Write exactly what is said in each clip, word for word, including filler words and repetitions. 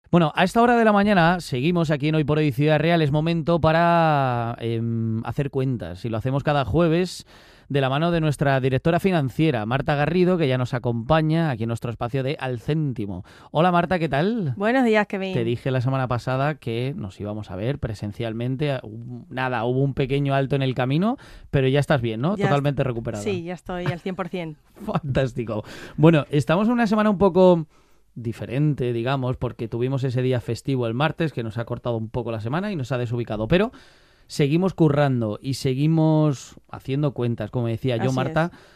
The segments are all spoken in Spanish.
Bueno, a esta hora de la mañana seguimos aquí en Hoy por Hoy Ciudad Real. Es momento para eh, hacer cuentas y lo hacemos cada jueves de la mano de nuestra directora financiera, Marta Garrido, que ya nos acompaña aquí en nuestro espacio de Al Céntimo. Hola Marta, ¿qué tal? Buenos días, Kevin. Te dije la semana pasada que nos íbamos a ver presencialmente. Nada, hubo un pequeño alto en el camino, pero ya estás bien, ¿no? Ya Totalmente recuperada. Sí, ya estoy al cien por ciento. Fantástico. Bueno, estamos en una semana un poco diferente, digamos, porque tuvimos ese día festivo el martes que nos ha cortado un poco la semana y nos ha desubicado, pero seguimos currando y seguimos haciendo cuentas, como decía yo, Así Marta, es.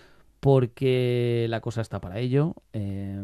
porque la cosa está para ello. Eh,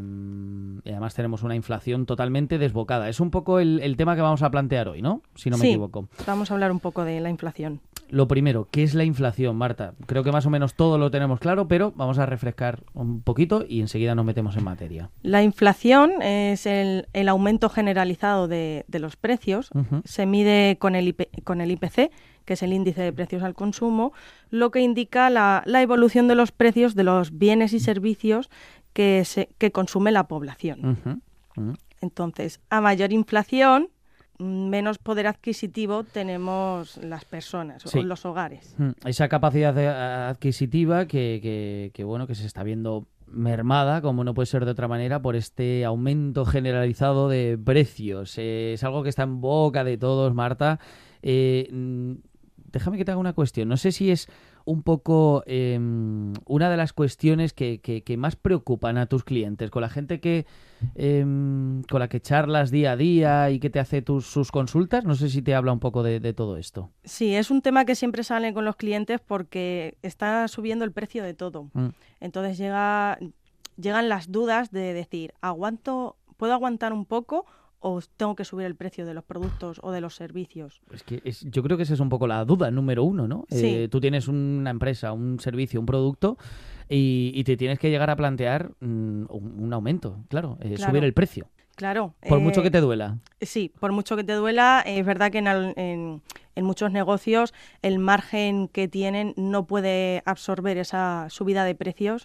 y además tenemos una inflación totalmente desbocada. Es un poco el, el tema que vamos a plantear hoy, ¿no? Si no me Sí, equivoco. Vamos a hablar un poco de la inflación. Lo primero, ¿qué es la inflación, Marta? Creo que más o menos todo lo tenemos claro, pero vamos a refrescar un poquito y enseguida nos metemos en materia. La inflación es el, el aumento generalizado de, de los precios. Uh-huh. Se mide con el, I P, con el I P C, que es el índice de precios al consumo, lo que indica la, la evolución de los precios de los bienes y servicios que, se, que consume la población. Uh-huh. Uh-huh. Entonces, a mayor inflación, menos poder adquisitivo tenemos las personas sí. o los hogares. Esa capacidad adquisitiva que, que, que, bueno, que se está viendo mermada, como no puede ser de otra manera, por este aumento generalizado de precios. Eh, es algo que está en boca de todos, Marta. Eh, déjame que te haga una cuestión. No sé si es un poco eh, una de las cuestiones que, que, que más preocupan a tus clientes, con la gente que eh, con la que charlas día a día y que te hace tus, sus consultas. No sé si te habla un poco de, de todo esto. Sí, es un tema que siempre sale con los clientes porque está subiendo el precio de todo. Mm. Entonces llega, llegan las dudas de decir, ¿aguanto, puedo aguantar un poco o tengo que subir el precio de los productos o de los servicios? Es que es, yo creo que esa es un poco la duda número uno, ¿no? Sí. Eh, tú tienes una empresa, un servicio, un producto y, y te tienes que llegar a plantear mm, un, un aumento, claro, eh, claro, subir el precio. Claro. Por eh, mucho que te duela. Sí, por mucho que te duela. Eh, es verdad que en, en, en muchos negocios el margen que tienen no puede absorber esa subida de precios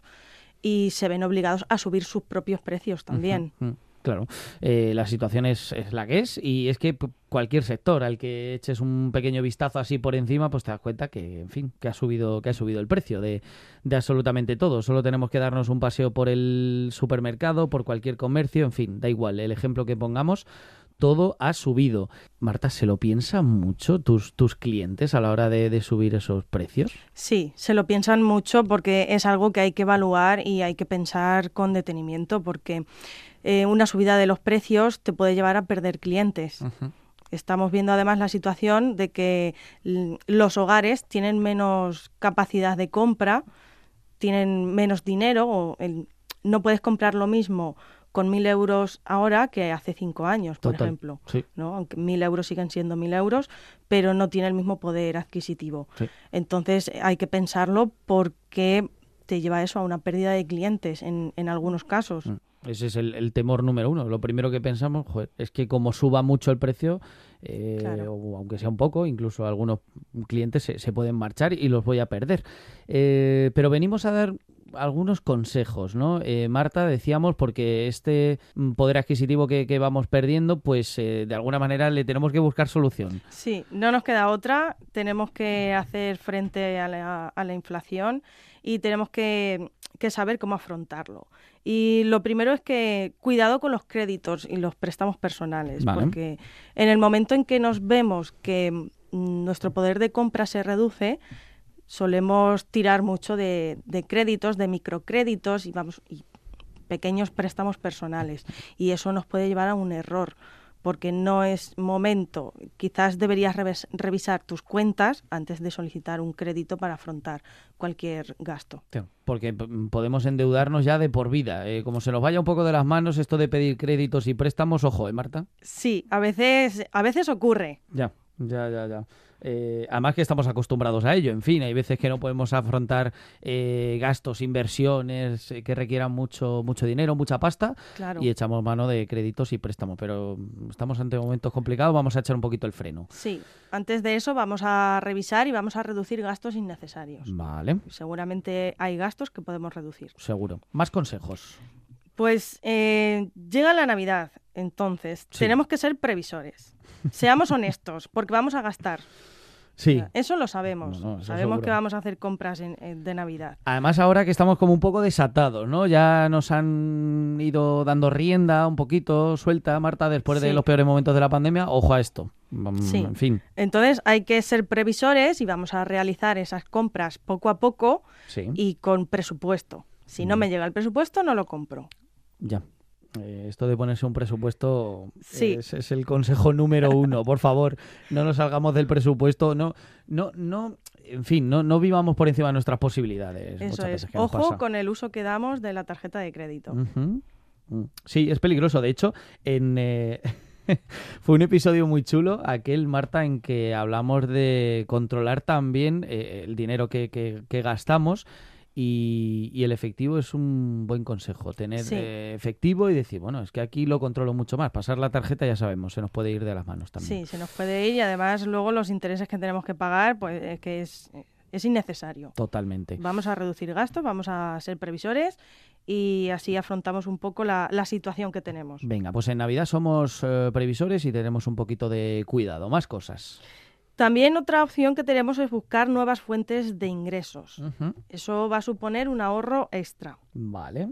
y se ven obligados a subir sus propios precios también. Uh-huh, uh-huh. Claro, eh, la situación es, es la que es y es que cualquier sector al que eches un pequeño vistazo así por encima, pues te das cuenta que, en fin, que ha subido, que ha subido el precio de, de absolutamente todo. Solo tenemos que darnos un paseo por el supermercado, por cualquier comercio, en fin, da igual, el ejemplo que pongamos, todo ha subido. Marta, ¿se lo piensan mucho tus, tus clientes a la hora de, de subir esos precios? Sí, se lo piensan mucho porque es algo que hay que evaluar y hay que pensar con detenimiento porque eh, una subida de los precios te puede llevar a perder clientes. Uh-huh. Estamos viendo además la situación de que l- los hogares tienen menos capacidad de compra, tienen menos dinero, o el, no puedes comprar lo mismo con mil euros ahora que hace cinco años, por Total, ejemplo, sí. ¿no? Aunque mil euros siguen siendo mil euros, pero no tiene el mismo poder adquisitivo. Sí. Entonces hay que pensarlo porque te lleva eso a una pérdida de clientes en, en algunos casos. Mm. Ese es el, el temor número uno. Lo primero que pensamos, joder, es que como suba mucho el precio, eh, Claro. o aunque sea un poco, incluso algunos clientes se, se pueden marchar y los voy a perder. Eh, pero venimos a dar algunos consejos, ¿no? Eh, Marta, decíamos, porque este poder adquisitivo que, que vamos perdiendo, pues eh, de alguna manera le tenemos que buscar solución. Sí, no nos queda otra. Tenemos que hacer frente a la, a la inflación y tenemos que, que saber cómo afrontarlo. Y lo primero es que cuidado con los créditos y los préstamos personales, vale. Porque en el momento en que nos vemos que nuestro poder de compra se reduce, solemos tirar mucho de, de créditos, de microcréditos y, vamos, y pequeños préstamos personales. Y eso nos puede llevar a un error, porque no es momento. Quizás deberías reves, revisar tus cuentas antes de solicitar un crédito para afrontar cualquier gasto. Sí, porque p- podemos endeudarnos ya de por vida. Eh, como se nos vaya un poco de las manos esto de pedir créditos y préstamos, ojo, ¿eh, Marta? Sí, a veces, a veces ocurre. Ya, ya, ya, ya. Eh, además que estamos acostumbrados a ello. En fin, hay veces que no podemos afrontar eh, gastos, inversiones eh, que requieran mucho mucho dinero, mucha pasta, Claro. y echamos mano de créditos y préstamos. Pero estamos ante momentos complicados, vamos a echar un poquito el freno. Sí, antes de eso vamos a revisar y vamos a reducir gastos innecesarios. Vale. Seguramente hay gastos que podemos reducir. Seguro. Más consejos. Pues eh, llega la Navidad Entonces, Sí. tenemos que ser previsores. Seamos honestos, porque vamos a gastar. Sí. Eso lo sabemos. No, no, eso Sabemos seguro. que vamos a hacer compras en- en- de Navidad. Además, ahora que estamos como un poco desatados, ¿no? Ya nos han ido dando rienda un poquito, suelta, Marta, después de Sí. los peores momentos de la pandemia. Ojo a esto. Mm, Sí. En fin, Entonces, hay que ser previsores y vamos a realizar esas compras poco a poco sí, y con presupuesto. Si no me llega el presupuesto, no lo compro. ya. Eh, esto de ponerse un presupuesto Sí. es, es el consejo número uno. Por favor, no nos salgamos del presupuesto. No, no, no. En fin, no, no vivamos por encima de nuestras posibilidades. Eso muchas es. veces que nos Ojo pasa. con el uso que damos de la tarjeta de crédito. Ujú. Mm. Sí, es peligroso. De hecho, en eh, fue un episodio muy chulo, aquel, Marta, en que hablamos de controlar también eh, el dinero que, que- que gastamos. Y, y el efectivo es un buen consejo, tener Sí. eh, efectivo y decir, bueno, es que aquí lo controlo mucho más. Pasar la tarjeta, ya sabemos, se nos puede ir de las manos también. Sí, se nos puede ir y además luego los intereses que tenemos que pagar, pues es que es, es innecesario. Totalmente. Vamos a reducir gastos, vamos a ser previsores y así afrontamos un poco la, la situación que tenemos. Venga, pues en Navidad somos eh, previsores y tenemos un poquito de cuidado. Más cosas. También otra opción que tenemos es buscar nuevas fuentes de ingresos. Ujú. Eso va a suponer un ahorro extra. Vale.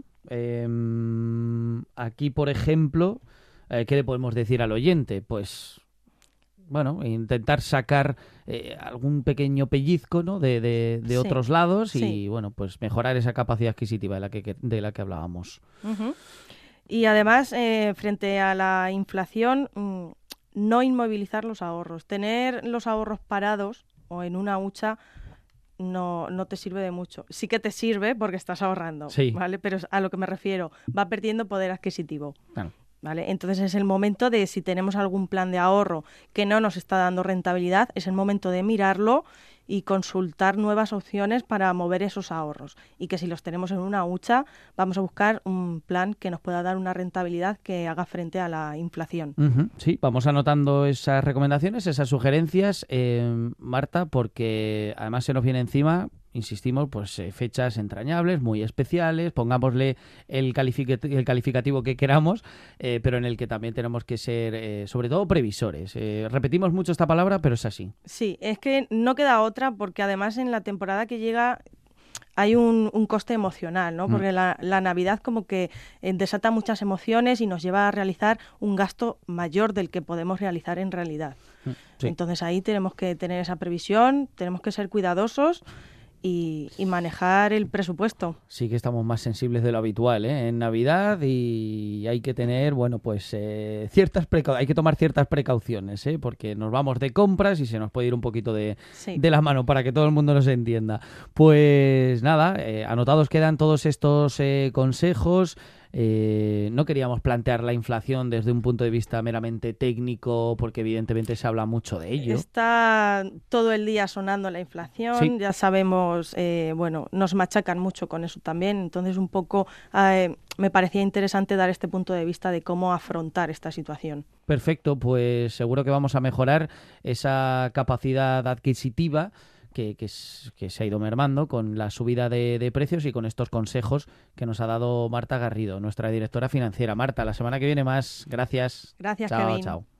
Em, aquí, por ejemplo, eh, ¿qué le podemos decir al oyente? Pues, bueno, intentar sacar eh, algún pequeño pellizco, ¿no? de, de- de Sí, otros lados y, sí. bueno, pues mejorar esa capacidad adquisitiva de la que, que- de la que hablábamos. Ujú. Y además, eh, frente a la inflación, mm, no inmovilizar los ahorros. Tener los ahorros parados o en una hucha no, no te sirve de mucho. Sí que te sirve porque estás ahorrando, Sí. ¿vale? Pero es a lo que me refiero, va perdiendo poder adquisitivo. Claro. ¿Vale? Entonces es el momento de, si tenemos algún plan de ahorro que no nos está dando rentabilidad, es el momento de mirarlo y consultar nuevas opciones para mover esos ahorros. Y que si los tenemos en una hucha, vamos a buscar un plan que nos pueda dar una rentabilidad que haga frente a la inflación. Ujú, sí, vamos anotando esas recomendaciones, esas sugerencias, eh, Marta, porque además se nos viene encima, insistimos, pues eh, fechas entrañables, muy especiales, pongámosle el, calificat- el calificativo que queramos, eh, pero en el que también tenemos que ser, eh, sobre todo, previsores. Eh, repetimos mucho esta palabra, pero es así. Sí, es que no queda otra porque además en la temporada que llega hay un, un coste emocional, ¿no? Mm. Porque la, la Navidad como que eh, desata muchas emociones y nos lleva a realizar un gasto mayor del que podemos realizar en realidad. Mm, sí. Entonces ahí tenemos que tener esa previsión, tenemos que ser cuidadosos y, y manejar el presupuesto. Sí que estamos más sensibles de lo habitual, ¿eh? En Navidad, y hay que tener, bueno, pues eh, ciertas precau- hay que tomar ciertas precauciones, ¿eh? Porque nos vamos de compras y se nos puede ir un poquito de, Sí. de la mano para que todo el mundo nos entienda. Pues nada, eh, anotados quedan todos estos eh, consejos. Eh, no queríamos plantear la inflación desde un punto de vista meramente técnico, porque evidentemente se habla mucho de ello. Está todo el día sonando la inflación, Sí. ya sabemos, eh, bueno, nos machacan mucho con eso también, entonces un poco eh, me parecía interesante dar este punto de vista de cómo afrontar esta situación. Perfecto, pues seguro que vamos a mejorar esa capacidad adquisitiva que, que, es- que se ha ido mermando con la subida de, de precios y con estos consejos que nos ha dado Marta Garrido, nuestra directora financiera. Marta, la semana que viene más. Gracias. Gracias, Chao, Kevin. chao.